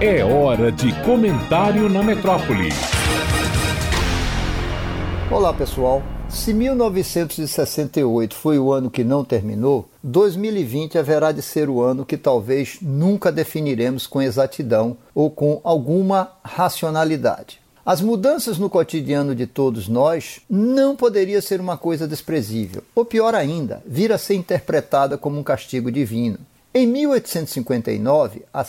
É hora de comentário na metrópole. Olá pessoal, se 1968 foi o ano que não terminou, 2020 haverá de ser o ano que talvez nunca definiremos com exatidão ou com alguma racionalidade. As mudanças no cotidiano de todos nós não poderia ser uma coisa desprezível, ou pior ainda, vir a ser interpretada como um castigo divino. Em 1859, há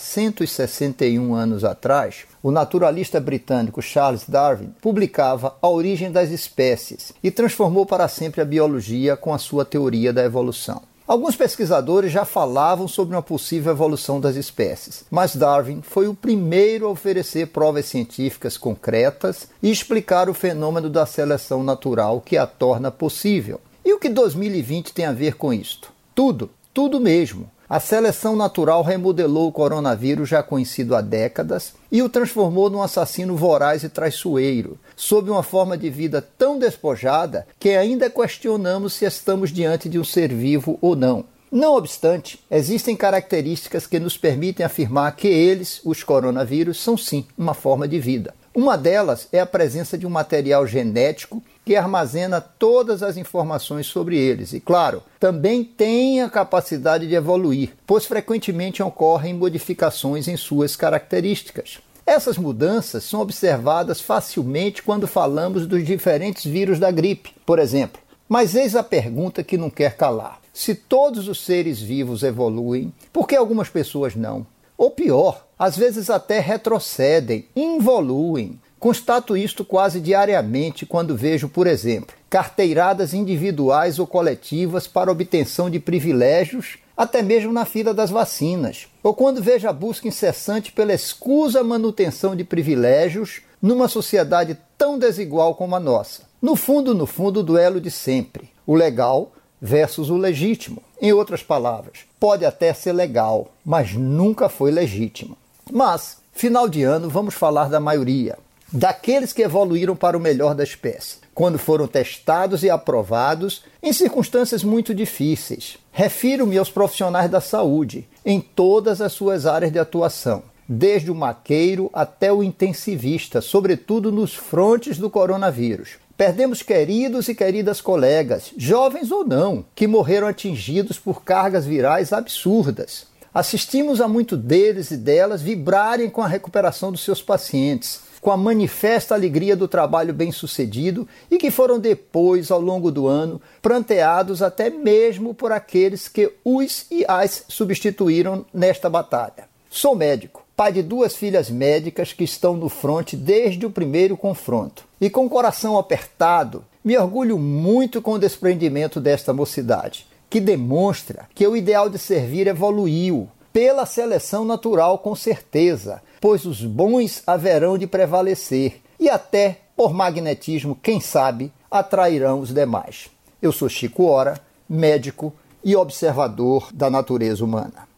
161 anos atrás, o naturalista britânico Charles Darwin publicava A Origem das Espécies e transformou para sempre a biologia com a sua teoria da evolução. Alguns pesquisadores já falavam sobre uma possível evolução das espécies, mas Darwin foi o primeiro a oferecer provas científicas concretas e explicar o fenômeno da seleção natural que a torna possível. E o que 2020 tem a ver com isto? Tudo mesmo. A seleção natural remodelou o coronavírus já conhecido há décadas e o transformou num assassino voraz e traiçoeiro, sob uma forma de vida tão despojada que ainda questionamos se estamos diante de um ser vivo ou não. Não obstante, existem características que nos permitem afirmar que eles, os coronavírus, são sim uma forma de vida. Uma delas é a presença de um material genético que armazena todas as informações sobre eles e, claro, também tem a capacidade de evoluir, pois frequentemente ocorrem modificações em suas características. Essas mudanças são observadas facilmente quando falamos dos diferentes vírus da gripe, por exemplo. Mas eis a pergunta que não quer calar. Se todos os seres vivos evoluem, por que algumas pessoas não? Ou pior, às vezes até retrocedem, involuem. Constato isto quase diariamente quando vejo, por exemplo, carteiradas individuais ou coletivas para obtenção de privilégios, até mesmo na fila das vacinas. Ou quando vejo a busca incessante pela escusa manutenção de privilégios numa sociedade tão desigual como a nossa. No fundo, o duelo de sempre. O legal versus o legítimo. Em outras palavras, pode até ser legal, mas nunca foi legítimo. Mas, final de ano, vamos falar da maioria. Daqueles que evoluíram para o melhor da espécie, quando foram testados e aprovados em circunstâncias muito difíceis. Refiro-me aos profissionais da saúde, em todas as suas áreas de atuação, desde o maqueiro até o intensivista, sobretudo nos frontes do coronavírus. Perdemos queridos e queridas colegas, jovens ou não, que morreram atingidos por cargas virais absurdas. Assistimos a muitos deles e delas vibrarem com a recuperação dos seus pacientes, com a manifesta alegria do trabalho bem-sucedido e que foram depois, ao longo do ano, pranteados até mesmo por aqueles que os e as substituíram nesta batalha. Sou médico, pai de 2 filhas médicas que estão no fronte desde o primeiro confronto. E com o coração apertado, me orgulho muito com o desprendimento desta mocidade, que demonstra que o ideal de servir evoluiu, pela seleção natural com certeza, pois os bons haverão de prevalecer e até, por magnetismo, quem sabe, atrairão os demais. Eu sou Chico Ora, médico e observador da natureza humana.